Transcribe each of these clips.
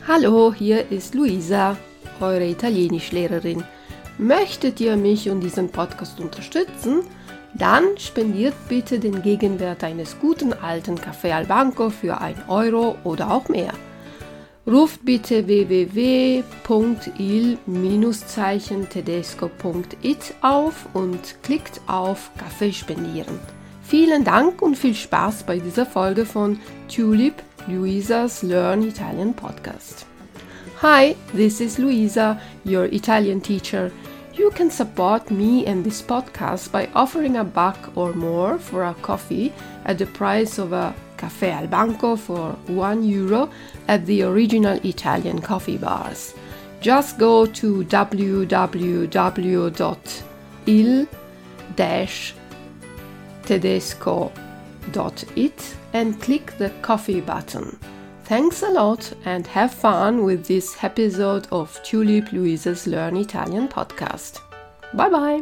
Hallo, hier ist Luisa, eure Italienischlehrerin. Möchtet ihr mich und diesen Podcast unterstützen? Dann spendiert bitte den Gegenwert eines guten alten Café al Banco für 1 Euro oder auch mehr. Ruft bitte www.il-tedesco.it auf und klickt auf Kaffee spendieren. Vielen Dank und viel Spaß bei dieser Folge von Tulip, Luisa's Learn Italian podcast. Hi, this is Luisa, your Italian teacher. You can support me and this podcast by offering $1 or more for a coffee at the price of a Café al Banco for €1 at the original Italian coffee bars. Just go to www.il-tedesco.it and click the coffee button. Thanks a lot and have fun with this episode of Tulip Luisa's Learn Italian podcast. Bye bye!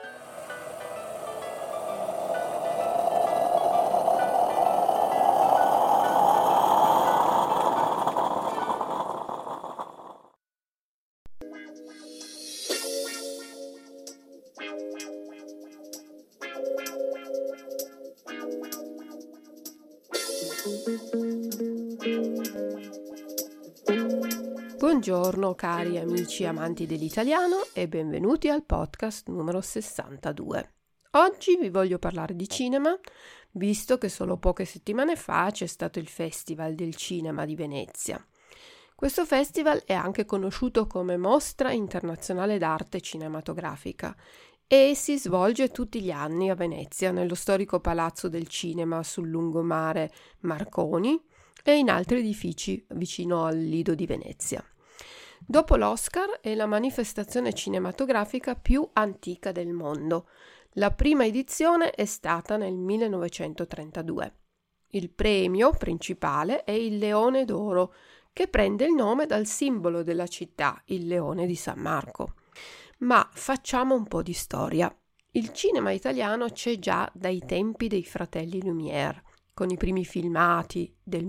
Buongiorno cari amici amanti dell'italiano e benvenuti al podcast numero 62. Oggi vi voglio parlare di cinema, visto che solo poche settimane fa c'è stato il Festival del Cinema di Venezia. Questo festival è anche conosciuto come Mostra Internazionale d'Arte Cinematografica e si svolge tutti gli anni a Venezia, nello storico Palazzo del Cinema sul lungomare Marconi e in altri edifici vicino al Lido di Venezia. Dopo l'Oscar è la manifestazione cinematografica più antica del mondo. La prima edizione è stata nel 1932. Il premio principale è il Leone d'Oro, che prende il nome dal simbolo della città, il leone di San Marco. Ma facciamo un po' di storia. Il cinema italiano c'è già dai tempi dei fratelli Lumière, con i primi filmati del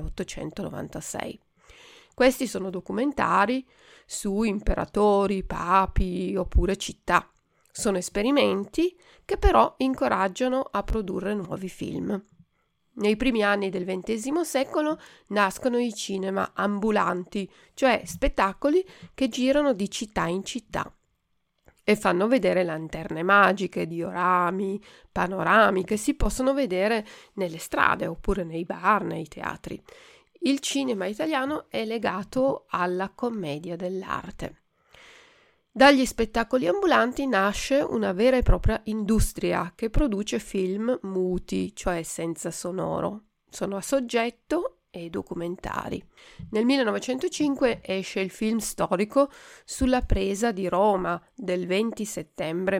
1896. Questi sono documentari su imperatori, papi oppure città. Sono esperimenti che però incoraggiano a produrre nuovi film. Nei primi anni del XX secolo nascono i cinema ambulanti, cioè spettacoli che girano di città in città e fanno vedere lanterne magiche, diorami, panorami che si possono vedere nelle strade oppure nei bar, nei teatri. Il cinema italiano è legato alla commedia dell'arte. Dagli spettacoli ambulanti nasce una vera e propria industria che produce film muti, cioè senza sonoro. Sono a soggetto e documentari. Nel 1905 esce il film storico sulla presa di Roma del 20 settembre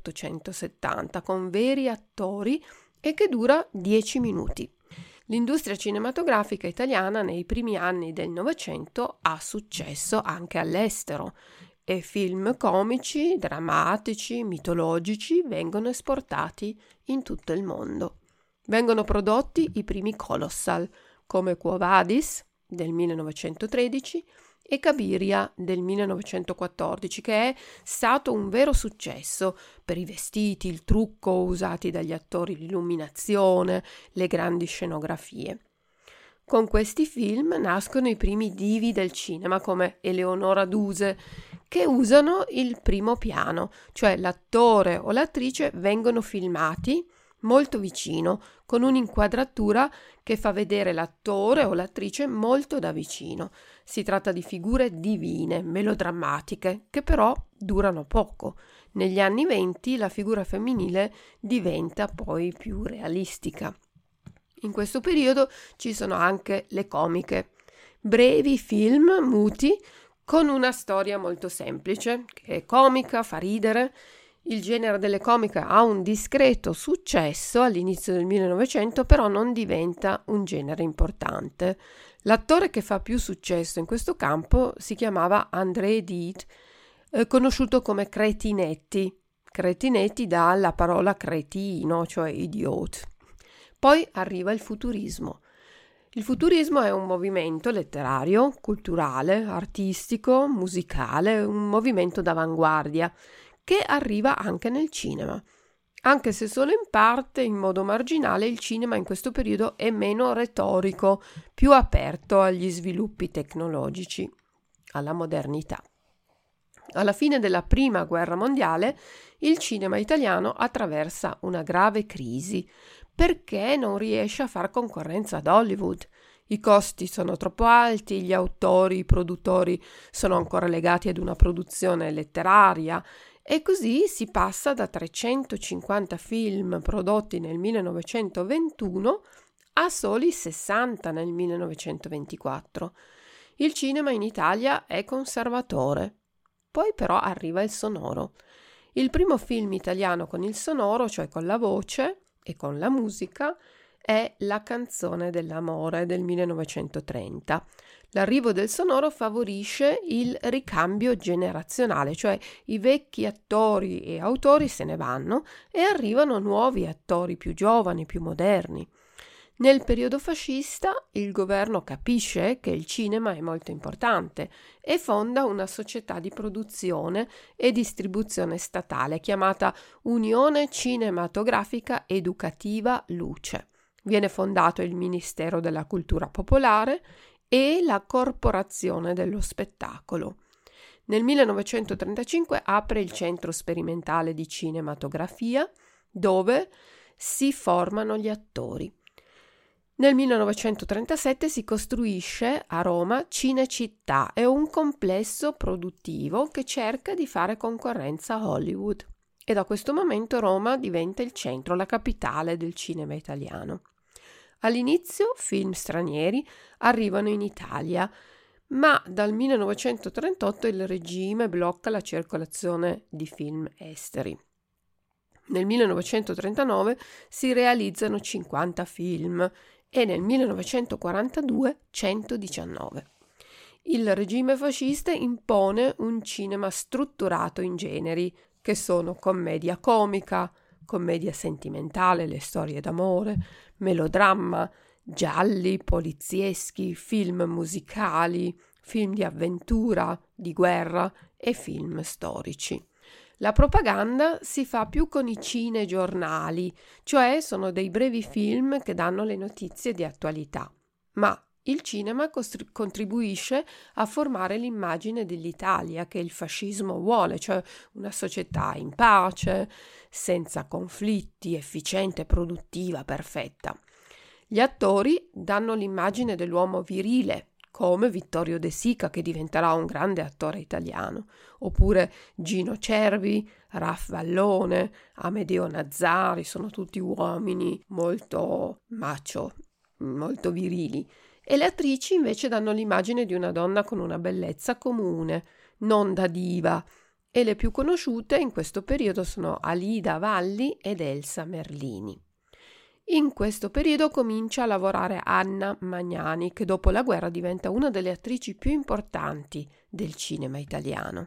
1870 con veri attori e che dura 10 minuti. L'industria cinematografica italiana nei primi anni del Novecento ha successo anche all'estero e film comici, drammatici, mitologici vengono esportati in tutto il mondo. Vengono prodotti i primi colossal come Quo Vadis del 1913 e Cabiria del 1914, che è stato un vero successo per i vestiti, il trucco usati dagli attori, l'illuminazione, le grandi scenografie. Con questi film nascono i primi divi del cinema come Eleonora Duse, che usano il primo piano, cioè l'attore o l'attrice vengono filmati molto vicino, con un'inquadratura che fa vedere l'attore o l'attrice molto da vicino. Si tratta di figure divine, melodrammatiche, che però durano poco. Negli anni 20 la figura femminile diventa poi più realistica. In questo periodo ci sono anche le comiche, brevi film muti con una storia molto semplice, che è comica, fa ridere. Il genere delle comiche ha un discreto successo all'inizio del 1900, però non diventa un genere importante. L'attore che fa più successo in questo campo si chiamava André Dide, conosciuto come Cretinetti. Cretinetti dalla parola cretino, cioè idiot. Poi arriva il futurismo. Il futurismo è un movimento letterario, culturale, artistico, musicale, un movimento d'avanguardia che arriva anche nel cinema. Anche se solo in parte, in modo marginale, il cinema in questo periodo è meno retorico, più aperto agli sviluppi tecnologici, alla modernità. Alla fine della Prima Guerra Mondiale, il cinema italiano attraversa una grave crisi perché non riesce a far concorrenza ad Hollywood. I costi sono troppo alti, gli autori, i produttori sono ancora legati ad una produzione letteraria e così si passa da 350 film prodotti nel 1921 a soli 60 nel 1924. Il cinema in Italia è conservatore. Poi però arriva il sonoro. Il primo film italiano con il sonoro, cioè con la voce e con la musica, è La canzone dell'amore del 1930. L'arrivo del sonoro favorisce il ricambio generazionale, cioè i vecchi attori e autori se ne vanno e arrivano nuovi attori più giovani, più moderni. Nel periodo fascista il governo capisce che il cinema è molto importante e fonda una società di produzione e distribuzione statale chiamata Unione Cinematografica Educativa Luce. Viene fondato il Ministero della Cultura Popolare e la Corporazione dello Spettacolo. Nel 1935 apre il Centro Sperimentale di Cinematografia, dove si formano gli attori. Nel 1937 si costruisce a Roma Cinecittà, è un complesso produttivo che cerca di fare concorrenza a Hollywood e da questo momento Roma diventa il centro, la capitale del cinema italiano. All'inizio film stranieri arrivano in Italia, ma dal 1938 il regime blocca la circolazione di film esteri. Nel 1939 si realizzano 50 film e nel 1942 119. Il regime fascista impone un cinema strutturato in generi, che sono commedia comica, commedia sentimentale, le storie d'amore, melodramma, gialli, polizieschi, film musicali, film di avventura, di guerra e film storici. La propaganda si fa più con i cinegiornali, cioè sono dei brevi film che danno le notizie di attualità, ma il cinema contribuisce a formare l'immagine dell'Italia che il fascismo vuole, cioè una società in pace, senza conflitti, efficiente, produttiva, perfetta. Gli attori danno l'immagine dell'uomo virile, come Vittorio De Sica, che diventerà un grande attore italiano, oppure Gino Cervi, Raf Vallone, Amedeo Nazzari, sono tutti uomini molto macho, molto virili. E le attrici invece danno l'immagine di una donna con una bellezza comune, non da diva, e le più conosciute in questo periodo sono Alida Valli ed Elsa Merlini. In questo periodo comincia a lavorare Anna Magnani, che dopo la guerra diventa una delle attrici più importanti del cinema italiano.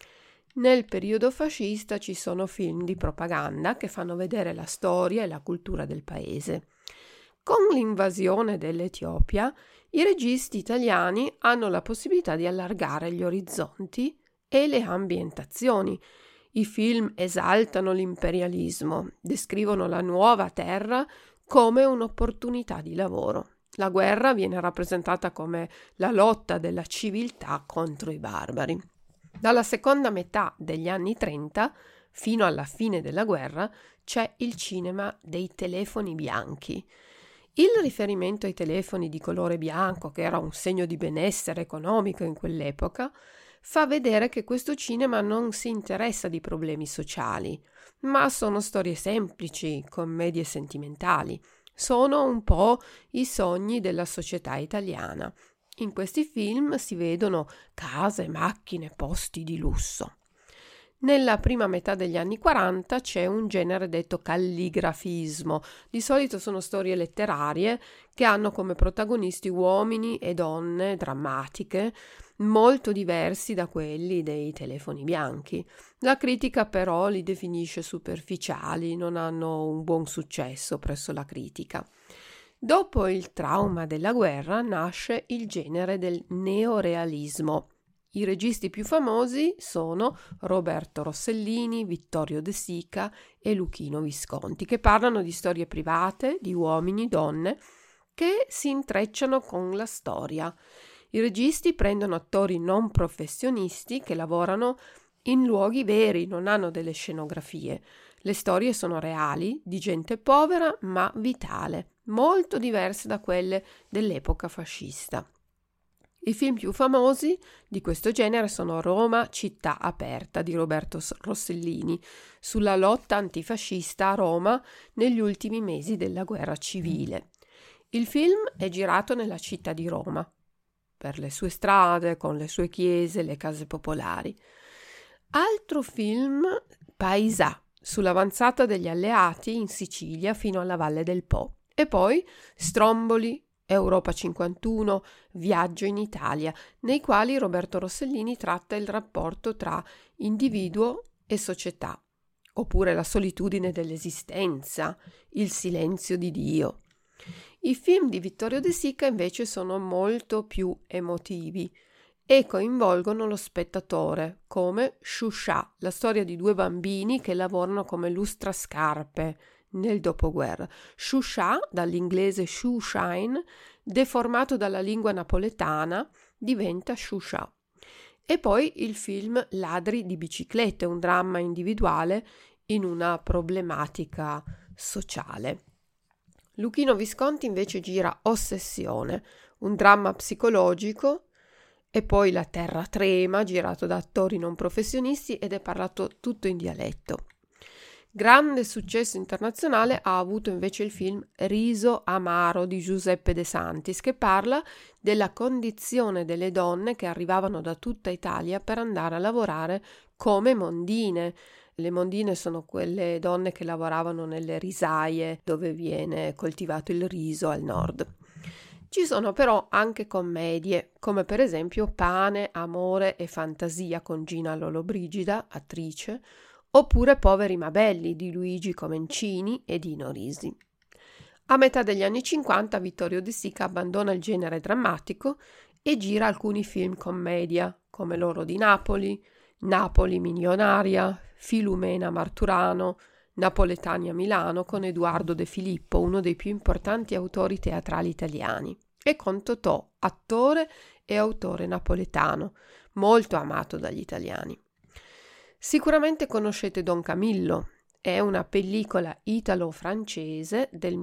Nel periodo fascista ci sono film di propaganda che fanno vedere la storia e la cultura del paese. Con l'invasione dell'Etiopia, i registi italiani hanno la possibilità di allargare gli orizzonti e le ambientazioni. I film esaltano l'imperialismo, descrivono la nuova terra come un'opportunità di lavoro. La guerra viene rappresentata come la lotta della civiltà contro i barbari. Dalla seconda metà degli anni 30 fino alla fine della guerra c'è il cinema dei telefoni bianchi. Il riferimento ai telefoni di colore bianco, che era un segno di benessere economico in quell'epoca, fa vedere che questo cinema non si interessa di problemi sociali, ma sono storie semplici, commedie sentimentali. Sono un po' i sogni della società italiana. In questi film si vedono case, macchine, posti di lusso. Nella prima metà degli anni 40 c'è un genere detto calligrafismo. Di solito sono storie letterarie che hanno come protagonisti uomini e donne drammatiche, molto diversi da quelli dei telefoni bianchi. La critica però li definisce superficiali, non hanno un buon successo presso la critica. Dopo il trauma della guerra nasce il genere del neorealismo. I registi più famosi sono Roberto Rossellini, Vittorio De Sica e Luchino Visconti, che parlano di storie private, di uomini, donne, che si intrecciano con la storia. I registi prendono attori non professionisti che lavorano in luoghi veri, non hanno delle scenografie. Le storie sono reali, di gente povera ma vitale, molto diverse da quelle dell'epoca fascista. I film più famosi di questo genere sono Roma, città aperta di Roberto Rossellini, sulla lotta antifascista a Roma negli ultimi mesi della guerra civile. Il film è girato nella città di Roma, per le sue strade, con le sue chiese, le case popolari. Altro film, Paesà, sull'avanzata degli alleati in Sicilia fino alla Valle del Po. E poi Stromboli, Europa 51, Viaggio in Italia, nei quali Roberto Rossellini tratta il rapporto tra individuo e società, oppure La solitudine dell'esistenza, Il silenzio di Dio. I film di Vittorio De Sica invece sono molto più emotivi e coinvolgono lo spettatore, come Shusha, la storia di due bambini che lavorano come lustrascarpe nel dopoguerra. Shusha, dall'inglese shoeshine, deformato dalla lingua napoletana, diventa Shusha. E poi il film Ladri di biciclette, un dramma individuale in una problematica sociale. Luchino Visconti invece gira Ossessione, un dramma psicologico, e poi La terra trema, girato da attori non professionisti ed è parlato tutto in dialetto. Grande successo internazionale ha avuto invece il film Riso amaro di Giuseppe De Santis, che parla della condizione delle donne che arrivavano da tutta Italia per andare a lavorare come mondine. Le mondine sono quelle donne che lavoravano nelle risaie dove viene coltivato il riso al nord. Ci sono però anche commedie, come per esempio Pane, amore e fantasia con Gina Lollobrigida, attrice, oppure Poveri ma belli di Luigi Comencini e Dino Risi. A metà degli anni 50 Vittorio De Sica abbandona il genere drammatico e gira alcuni film commedia, come L'oro di Napoli, Napoli milionaria, Filumena Marturano, Napoletani a Milano con Edoardo De Filippo, uno dei più importanti autori teatrali italiani, e con Totò, attore e autore napoletano, molto amato dagli italiani. Sicuramente conoscete Don Camillo, è una pellicola italo-francese del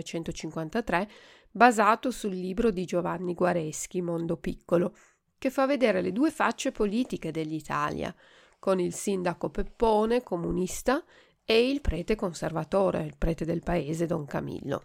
1953 basato sul libro di Giovanni Guareschi, Mondo piccolo, che fa vedere le due facce politiche dell'Italia, con il sindaco Peppone, comunista, e il prete conservatore, il prete del paese, Don Camillo.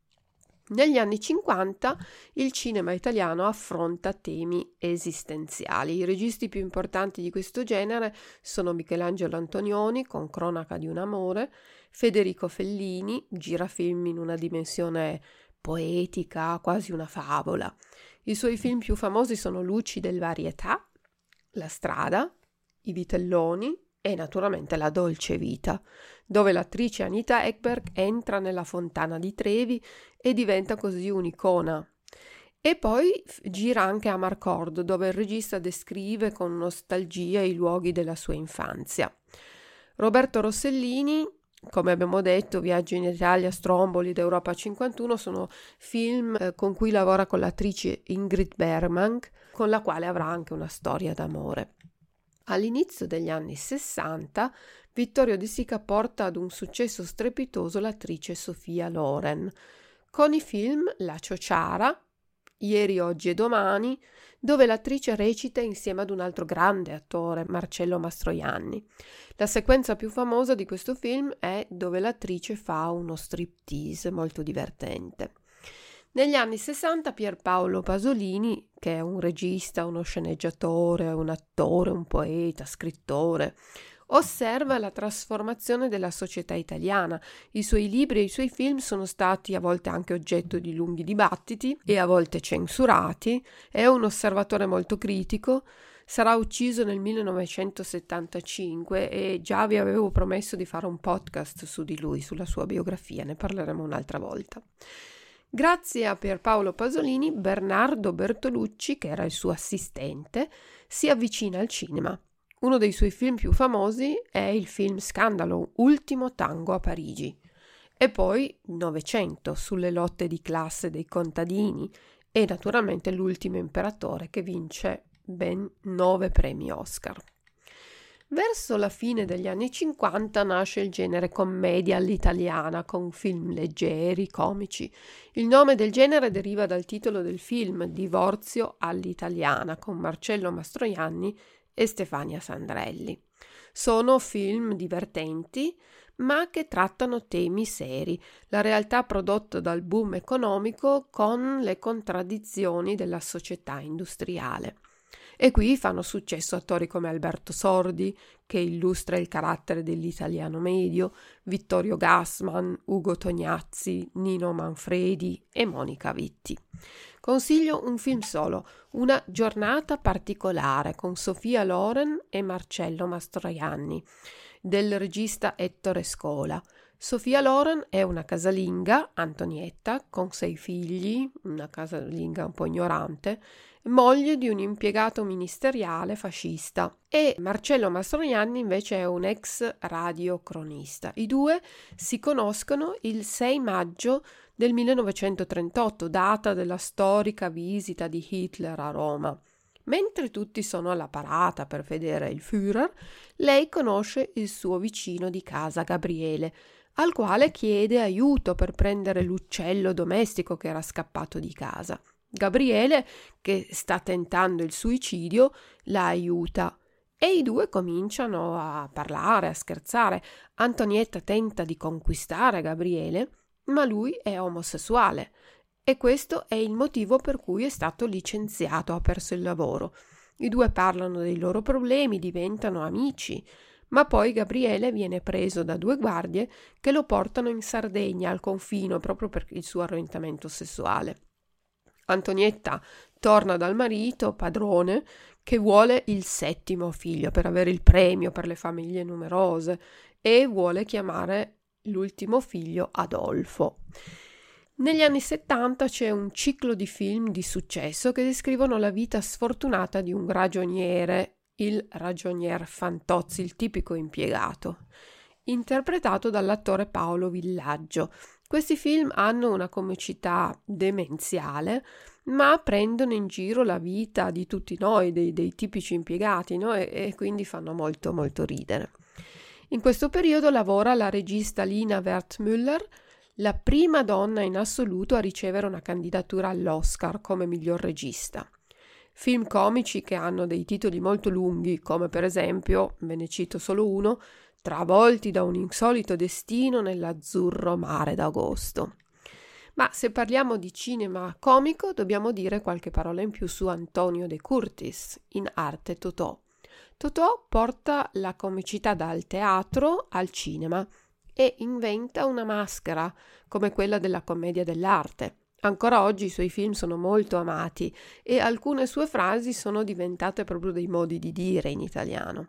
Negli anni 50 il cinema italiano affronta temi esistenziali. I registi più importanti di questo genere sono Michelangelo Antonioni con Cronaca di un amore, Federico Fellini, gira film in una dimensione poetica, quasi una favola. I suoi film più famosi sono Luci del Varietà, La strada, I vitelloni e naturalmente La dolce vita, dove l'attrice Anita Ekberg entra nella fontana di Trevi e diventa così un'icona. E poi gira anche Amarcord, dove il regista descrive con nostalgia i luoghi della sua infanzia. Roberto Rossellini, come abbiamo detto, Viaggio in Italia, Stromboli ed Europa 51 sono film con cui lavora con l'attrice Ingrid Bergman, con la quale avrà anche una storia d'amore. All'inizio degli anni 60 Vittorio De Sica porta ad un successo strepitoso l'attrice Sofia Loren, con i film La ciociara, Ieri, oggi e domani, dove l'attrice recita insieme ad un altro grande attore, Marcello Mastroianni. La sequenza più famosa di questo film è dove l'attrice fa uno striptease molto divertente. Negli anni 60 Pierpaolo Pasolini, che è un regista, uno sceneggiatore, un attore, un poeta, scrittore, osserva la trasformazione della società italiana. I suoi libri e i suoi film sono stati a volte anche oggetto di lunghi dibattiti e a volte censurati. È un osservatore molto critico. Sarà ucciso nel 1975 e già vi avevo promesso di fare un podcast su di lui, sulla sua biografia, ne parleremo un'altra volta. Grazie a Pierpaolo Pasolini, Bernardo Bertolucci, che era il suo assistente, si avvicina al cinema. Uno dei suoi film più famosi è il film Scandalo, Ultimo tango a Parigi. E poi Novecento, sulle lotte di classe dei contadini, e naturalmente L'ultimo imperatore, che vince ben 9 premi Oscar. Verso la fine degli anni 50 nasce il genere commedia all'italiana, con film leggeri, comici. Il nome del genere deriva dal titolo del film Divorzio all'italiana, con Marcello Mastroianni e Stefania Sandrelli. Sono film divertenti, ma che trattano temi seri, la realtà prodotta dal boom economico con le contraddizioni della società industriale. E qui fanno successo attori come Alberto Sordi, che illustra il carattere dell'italiano medio, Vittorio Gassman, Ugo Tognazzi, Nino Manfredi e Monica Vitti. Consiglio un film solo, Una giornata particolare, con Sofia Loren e Marcello Mastroianni, del regista Ettore Scola. Sofia Loren è una casalinga, Antonietta, con 6 figli, una casalinga un po' ignorante, moglie di un impiegato ministeriale fascista, e Marcello Mastroianni invece è un ex radiocronista. I due si conoscono il 6 maggio del 1938, data della storica visita di Hitler a Roma. Mentre tutti sono alla parata per vedere il Führer, lei conosce il suo vicino di casa Gabriele, al quale chiede aiuto per prendere l'uccello domestico che era scappato di casa. Gabriele, che sta tentando il suicidio, la aiuta e i due cominciano a parlare, a scherzare. Antonietta tenta di conquistare Gabriele, ma lui è omosessuale e questo è il motivo per cui è stato licenziato, ha perso il lavoro. I due parlano dei loro problemi, diventano amici, ma poi Gabriele viene preso da 2 guardie che lo portano in Sardegna, al confino, proprio per il suo orientamento sessuale. Antonietta torna dal marito, padrone, che vuole il 7° figlio per avere il premio per le famiglie numerose e vuole chiamare l'ultimo figlio Adolfo. Negli anni 70 c'è un ciclo di film di successo che descrivono la vita sfortunata di un ragioniere, il ragionier Fantozzi, il tipico impiegato, interpretato dall'attore Paolo Villaggio. Questi film hanno una comicità demenziale, ma prendono in giro la vita di tutti noi, dei tipici impiegati, no? E quindi fanno molto molto ridere. In questo periodo lavora la regista Lina Wertmüller, la prima donna in assoluto a ricevere una candidatura all'Oscar come miglior regista. Film comici che hanno dei titoli molto lunghi, come per esempio, ve ne cito solo uno, Travolti da un insolito destino nell'azzurro mare d'agosto. Ma se parliamo di cinema comico, dobbiamo dire qualche parola in più su Antonio De Curtis, in arte Totò. Totò porta la comicità dal teatro al cinema e inventa una maschera, come quella della commedia dell'arte. Ancora oggi i suoi film sono molto amati e alcune sue frasi sono diventate proprio dei modi di dire in italiano.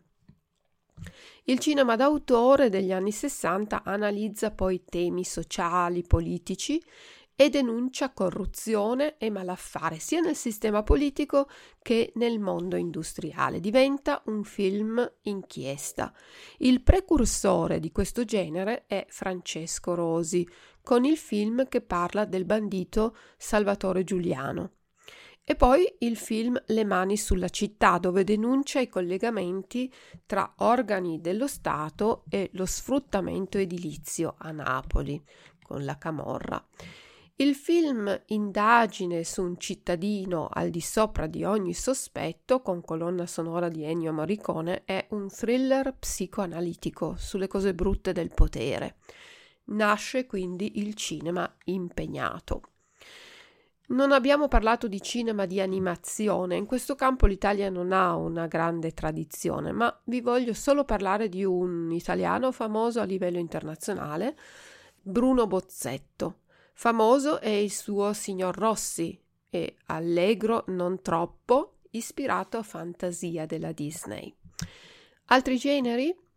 Il cinema d'autore degli anni 60 analizza poi temi sociali, politici e denuncia corruzione e malaffare sia nel sistema politico che nel mondo industriale. Diventa un film inchiesta. Il precursore di questo genere è Francesco Rosi, con il film che parla del bandito Salvatore Giuliano. E poi il film Le mani sulla città, dove denuncia i collegamenti tra organi dello Stato e lo sfruttamento edilizio a Napoli, con la camorra. Il film Indagine su un cittadino al di sopra di ogni sospetto, con colonna sonora di Ennio Morricone, è un thriller psicoanalitico sulle cose brutte del potere. Nasce quindi il cinema impegnato. Non abbiamo parlato di cinema di animazione, in questo campo l'Italia non ha una grande tradizione, ma vi voglio solo parlare di un italiano famoso a livello internazionale, Bruno Bozzetto. Famoso è il suo Signor Rossi e allegro non troppo, ispirato a fantasia della Disney. Altri generi?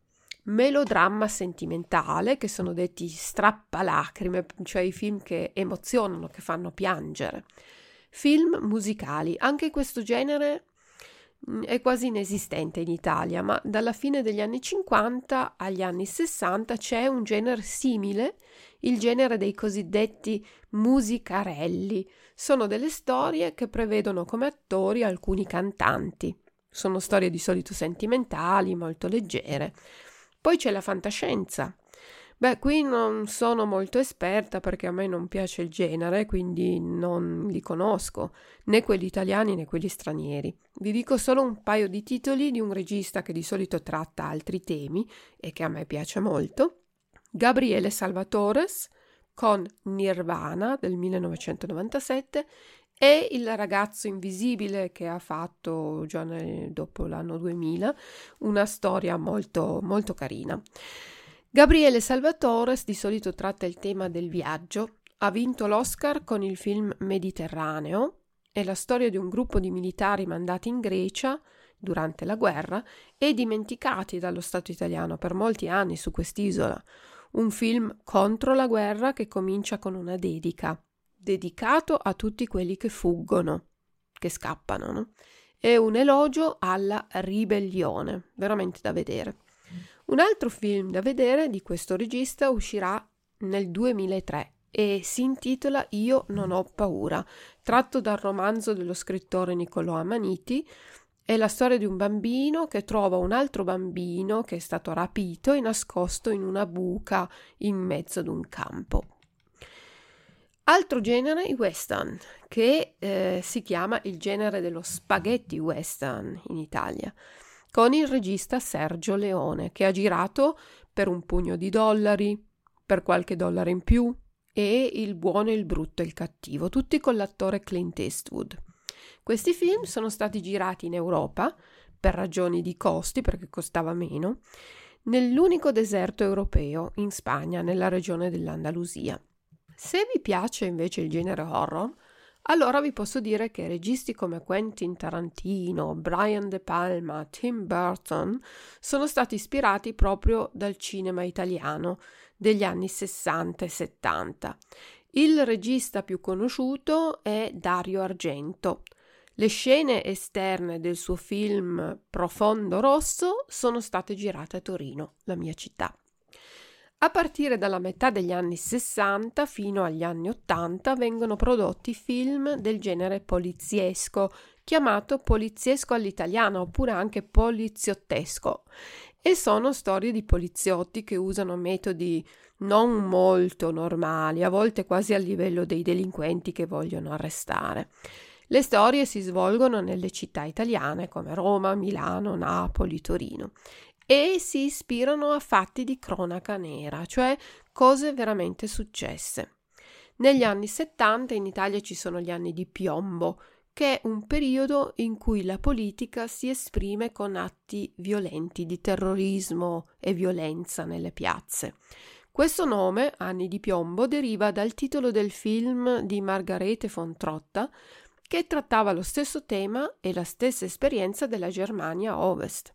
melodramma sentimentale, che sono detti strappalacrime, cioè i film che emozionano, che fanno piangere. Film musicali, anche questo genere è quasi inesistente in Italia, ma dalla fine degli anni 50 agli anni 60 c'è un genere simile, il genere dei cosiddetti musicarelli. Sono delle storie che prevedono come attori alcuni cantanti. Sono storie di solito sentimentali, molto leggere. Poi c'è la fantascienza. Qui non sono molto esperta perché a me non piace il genere, quindi non li conosco, né quelli italiani né quelli stranieri. Vi dico solo un paio di titoli di un regista che di solito tratta altri temi e che a me piace molto. Gabriele Salvatores con Nirvana del 1997 e Il ragazzo invisibile, che ha fatto già dopo l'anno 2000 una storia molto, molto carina. Gabriele Salvatores di solito tratta il tema del viaggio, ha vinto l'Oscar con il film Mediterraneo, è la storia di un gruppo di militari mandati in Grecia durante la guerra e dimenticati dallo Stato italiano per molti anni su quest'isola. Un film contro la guerra che comincia con una dedica, dedicato a tutti quelli che fuggono, che scappano, no? È un elogio alla ribellione, veramente da vedere. Un altro film da vedere di questo regista uscirà nel 2003 e si intitola Io non ho paura, tratto dal romanzo dello scrittore Niccolò Amaniti. È la storia di un bambino che trova un altro bambino che è stato rapito e nascosto in una buca in mezzo ad un campo. Altro genere, i western, che si chiama il genere dello spaghetti western in Italia, con il regista Sergio Leone, che ha girato Per un pugno di dollari, Per qualche dollaro in più e Il buono, il brutto e il cattivo, tutti con l'attore Clint Eastwood. Questi film sono stati girati in Europa, per ragioni di costi, perché costava meno, nell'unico deserto europeo, in Spagna, nella regione dell'Andalusia. Se vi piace invece il genere horror, allora vi posso dire che registi come Quentin Tarantino, Brian De Palma, Tim Burton sono stati ispirati proprio dal cinema italiano degli anni 60 e 70. Il regista più conosciuto è Dario Argento. Le scene esterne del suo film Profondo Rosso sono state girate a Torino, la mia città. A partire dalla metà degli anni 60 fino agli anni 80 vengono prodotti film del genere poliziesco, chiamato poliziesco all'italiana oppure anche poliziottesco, e sono storie di poliziotti che usano metodi non molto normali, a volte quasi al livello dei delinquenti che vogliono arrestare. Le storie si svolgono nelle città italiane come Roma, Milano, Napoli, Torino e si ispirano a fatti di cronaca nera, cioè cose veramente successe. Negli anni 70 in Italia ci sono gli anni di piombo, che è un periodo in cui la politica si esprime con atti violenti di terrorismo e violenza nelle piazze. Questo nome, Anni di piombo, deriva dal titolo del film di Margarete von Trotta, che trattava lo stesso tema e la stessa esperienza della Germania Ovest.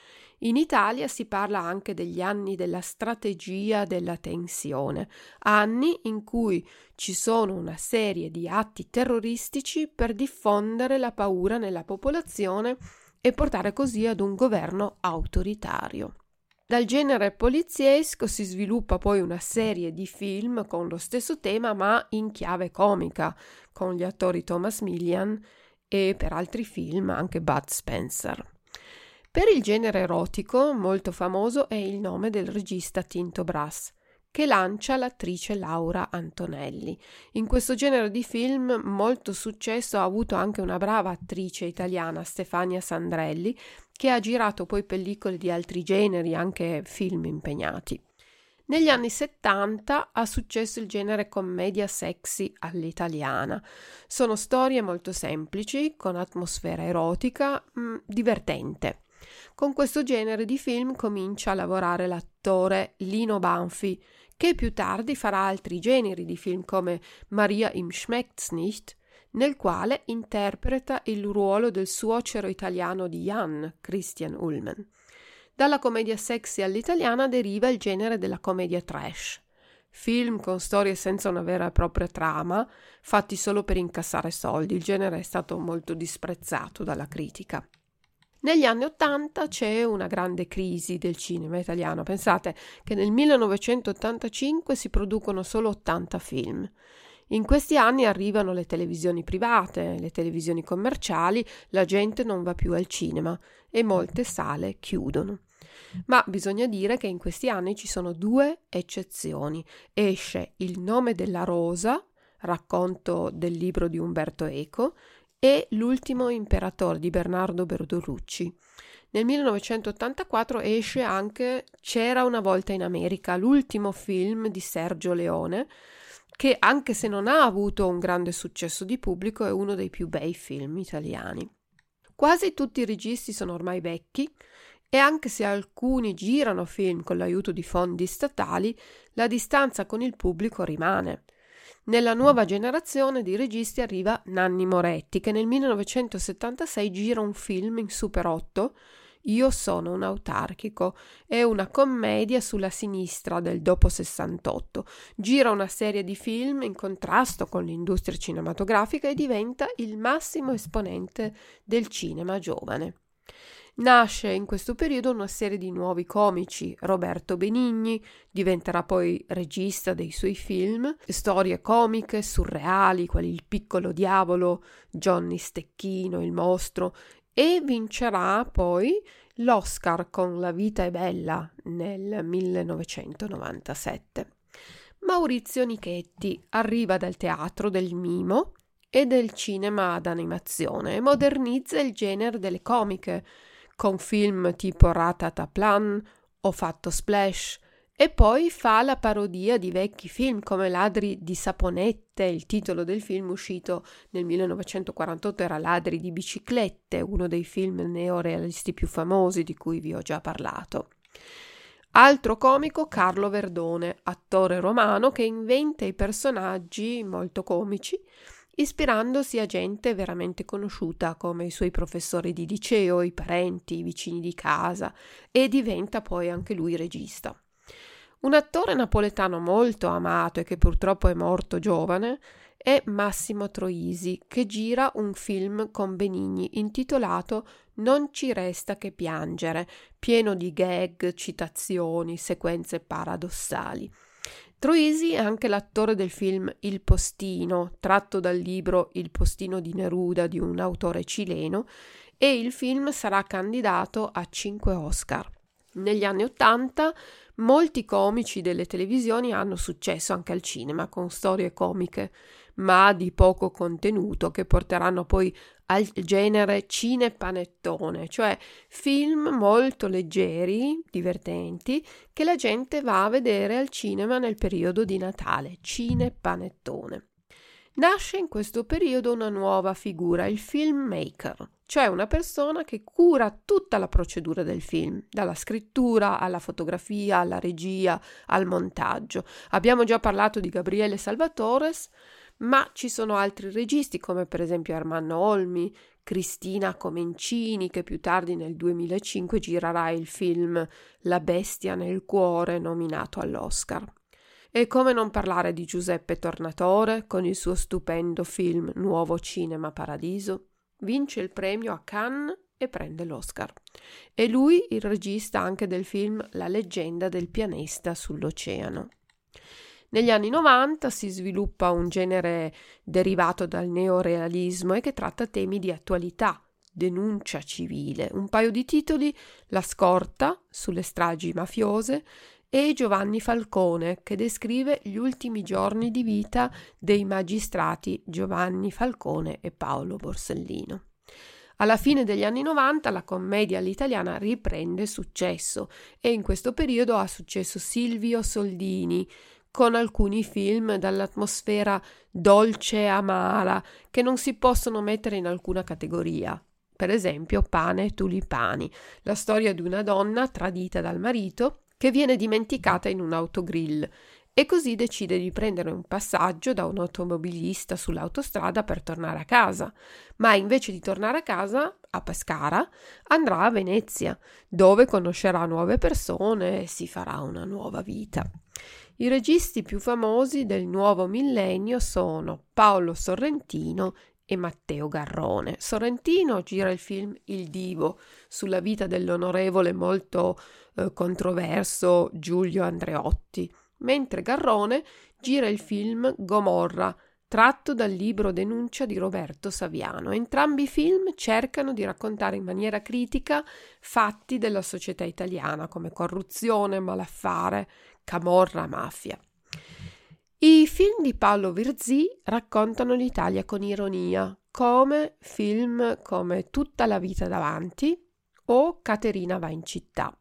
In Italia si parla anche degli anni della strategia della tensione, anni in cui ci sono una serie di atti terroristici per diffondere la paura nella popolazione e portare così ad un governo autoritario. Dal genere poliziesco si sviluppa poi una serie di film con lo stesso tema ma in chiave comica, con gli attori Thomas Millian e per altri film anche Bud Spencer. Per il genere erotico molto famoso è Il nome del regista Tinto Brass, che lancia l'attrice Laura Antonelli. In questo genere di film molto successo ha avuto anche una brava attrice italiana, Stefania Sandrelli, che ha girato poi pellicole di altri generi, anche film impegnati. Negli anni 70 ha successo il genere commedia sexy all'italiana. Sono storie molto semplici, con atmosfera erotica, divertente. Con questo genere di film comincia a lavorare l'attore Lino Banfi, che più tardi farà altri generi di film come Maria ihm schmeckt's nicht, nel quale interpreta il ruolo del suocero italiano di Jan, Christian Ullmann. Dalla commedia sexy all'italiana deriva il genere della commedia trash. Film con storie senza una vera e propria trama, fatti solo per incassare soldi. Il genere è stato molto disprezzato dalla critica. Negli anni '80 c'è una grande crisi del cinema italiano. Pensate che nel 1985 si producono solo 80 film. In questi anni arrivano le televisioni private, le televisioni commerciali, la gente non va più al cinema e molte sale chiudono. Ma bisogna dire che in questi anni ci sono due eccezioni. Esce Il nome della rosa, racconto del libro di Umberto Eco, e L'ultimo imperatore di Bernardo Bertolucci. Nel 1984 esce anche C'era una volta in America, l'ultimo film di Sergio Leone, che anche se non ha avuto un grande successo di pubblico è uno dei più bei film italiani. Quasi tutti i registi sono ormai vecchi e anche se alcuni girano film con l'aiuto di fondi statali, la distanza con il pubblico rimane. Nella nuova generazione di registi arriva Nanni Moretti, che nel 1976 gira un film in Super 8, Io sono un autarchico, è una commedia sulla sinistra del dopo 68. Gira una serie di film in contrasto con l'industria cinematografica e diventa il massimo esponente del cinema giovane. Nasce in questo periodo una serie di nuovi comici. Roberto Benigni diventerà poi regista dei suoi film, storie comiche, surreali, quali Il piccolo diavolo, Johnny Stecchino, Il mostro, e vincerà poi l'Oscar con La vita è bella nel 1997. Maurizio Nichetti arriva dal teatro del mimo e del cinema d'animazione e modernizza il genere delle comiche con film tipo Ratataplan o Fatto Splash, e poi fa la parodia di vecchi film come Ladri di saponette. Il titolo del film uscito nel 1948 era Ladri di biciclette, uno dei film neorealisti più famosi di cui vi ho già parlato. Altro comico, Carlo Verdone, attore romano che inventa i personaggi molto comici, ispirandosi a gente veramente conosciuta come i suoi professori di liceo, i parenti, i vicini di casa, e diventa poi anche lui regista. Un attore napoletano molto amato e che purtroppo è morto giovane è Massimo Troisi, che gira un film con Benigni intitolato Non ci resta che piangere, pieno di gag, citazioni, sequenze paradossali. Troisi è anche l'attore del film Il Postino, tratto dal libro Il Postino di Neruda di un autore cileno, e il film sarà candidato a 5 Oscar. Negli anni '80 molti comici delle televisioni hanno successo anche al cinema con storie comiche, ma di poco contenuto, che porteranno poi al genere cinepanettone, cioè film molto leggeri, divertenti, che la gente va a vedere al cinema nel periodo di Natale, cinepanettone. Nasce in questo periodo una nuova figura, il filmmaker, cioè una persona che cura tutta la procedura del film, dalla scrittura alla fotografia, alla regia, al montaggio. Abbiamo già parlato di Gabriele Salvatores, ma ci sono altri registi come per esempio Ermanno Olmi, Cristina Comencini, che più tardi nel 2005 girerà il film La bestia nel cuore, nominato all'Oscar. E come non parlare di Giuseppe Tornatore con il suo stupendo film Nuovo Cinema Paradiso? Vince il premio a Cannes e prende l'Oscar. È lui il regista anche del film La leggenda del pianista sull'oceano. Negli anni 90 si sviluppa un genere derivato dal neorealismo e che tratta temi di attualità, denuncia civile. Un paio di titoli: La scorta sulle stragi mafiose e Giovanni Falcone, che descrive gli ultimi giorni di vita dei magistrati Giovanni Falcone e Paolo Borsellino. Alla fine degli anni 90 la commedia all'italiana riprende successo e in questo periodo ha successo Silvio Soldini, con alcuni film dall'atmosfera dolce e amara che non si possono mettere in alcuna categoria. Per esempio Pane e tulipani, la storia di una donna tradita dal marito che viene dimenticata in un autogrill e così decide di prendere un passaggio da un automobilista sull'autostrada per tornare a casa, ma invece di tornare a casa, a Pescara, andrà a Venezia, dove conoscerà nuove persone e si farà una nuova vita. I registi più famosi del nuovo millennio sono Paolo Sorrentino e Matteo Garrone. Sorrentino gira il film Il Divo, sulla vita dell'onorevole molto controverso Giulio Andreotti, mentre Garrone gira il film Gomorra, tratto dal libro Denuncia di Roberto Saviano. Entrambi i film cercano di raccontare in maniera critica fatti della società italiana come corruzione, malaffare, camorra, mafia. I film di Paolo Virzì raccontano l'Italia con ironia, come film come Tutta la vita davanti o Caterina va in città.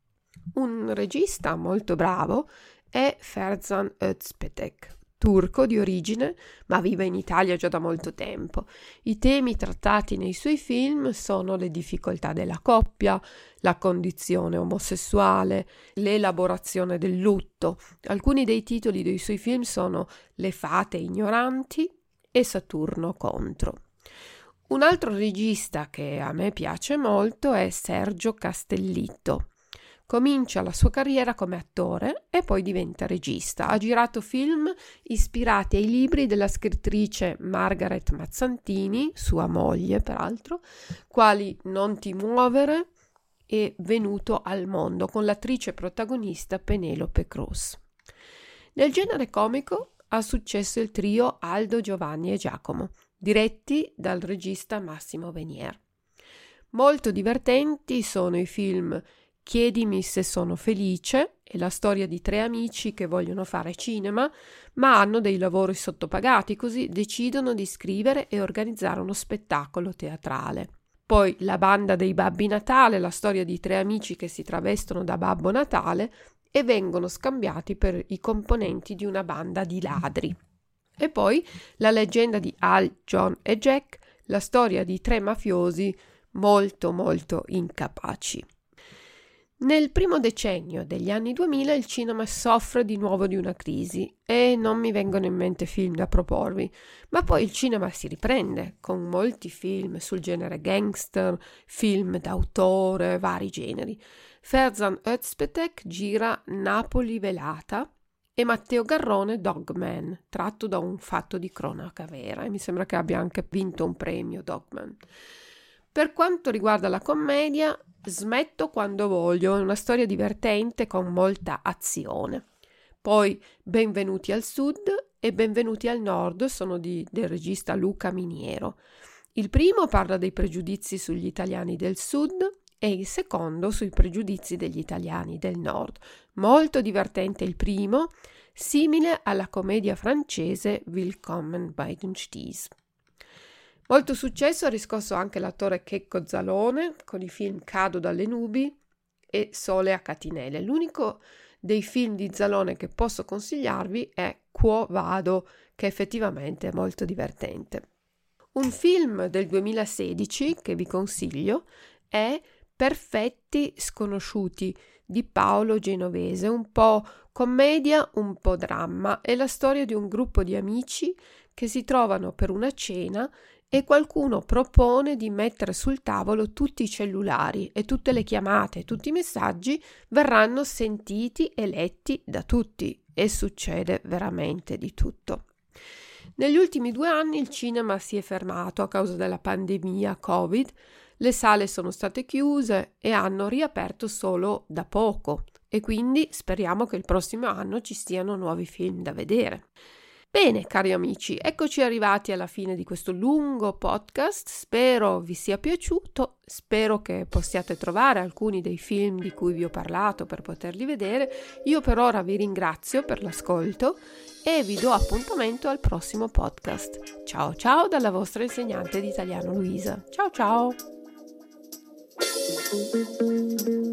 Un regista molto bravo è Ferzan Özpetek, turco di origine, ma vive in Italia già da molto tempo. I temi trattati nei suoi film sono le difficoltà della coppia, la condizione omosessuale, l'elaborazione del lutto. Alcuni dei titoli dei suoi film sono Le fate ignoranti e Saturno contro. Un altro regista che a me piace molto è Sergio Castellitto. Comincia la sua carriera come attore e poi diventa regista. Ha girato film ispirati ai libri della scrittrice Margaret Mazzantini, sua moglie peraltro, quali Non ti muovere e Venuto al mondo, con l'attrice protagonista Penelope Cruz. Nel genere comico ha successo il trio Aldo, Giovanni e Giacomo, diretti dal regista Massimo Venier. Molto divertenti sono i film Chiedimi se sono felice, è la storia di 3 amici che vogliono fare cinema, ma hanno dei lavori sottopagati, così decidono di scrivere e organizzare uno spettacolo teatrale. Poi La banda dei Babbi Natale, la storia di 3 amici che si travestono da Babbo Natale e vengono scambiati per i componenti di una banda di ladri. E poi La leggenda di Al, John e Jack, la storia di 3 mafiosi molto incapaci. Nel primo decennio degli anni 2000 il cinema soffre di nuovo di una crisi e non mi vengono in mente film da proporvi, ma poi il cinema si riprende con molti film sul genere gangster, film d'autore, vari generi. Ferzan Özpetek gira Napoli velata e Matteo Garrone Dogman, tratto da un fatto di cronaca vera, e mi sembra che abbia anche vinto un premio Dogman. Per quanto riguarda la commedia, Smetto quando voglio, è una storia divertente con molta azione. Poi Benvenuti al Sud e Benvenuti al Nord sono del regista Luca Miniero. Il primo parla dei pregiudizi sugli italiani del Sud e il secondo sui pregiudizi degli italiani del Nord. Molto divertente il primo, simile alla commedia francese Willkommen bei den Sties. Molto successo ha riscosso anche l'attore Checco Zalone con i film Cado dalle nubi e Sole a catinelle. L'unico dei film di Zalone che posso consigliarvi è Quo Vado, che effettivamente è molto divertente. Un film del 2016 che vi consiglio è Perfetti sconosciuti di Paolo Genovese, un po' commedia, un po' dramma. È la storia di un gruppo di amici che si trovano per una cena e qualcuno propone di mettere sul tavolo tutti i cellulari e tutte le chiamate, tutti i messaggi verranno sentiti e letti da tutti e succede veramente di tutto. Negli ultimi 2 anni il cinema si è fermato a causa della pandemia Covid, le sale sono state chiuse e hanno riaperto solo da poco e quindi speriamo che il prossimo anno ci siano nuovi film da vedere. Bene, cari amici, eccoci arrivati alla fine di questo lungo podcast, spero vi sia piaciuto, spero che possiate trovare alcuni dei film di cui vi ho parlato per poterli vedere. Io per ora vi ringrazio per l'ascolto e vi do appuntamento al prossimo podcast. Ciao ciao dalla vostra insegnante di italiano Luisa. Ciao ciao!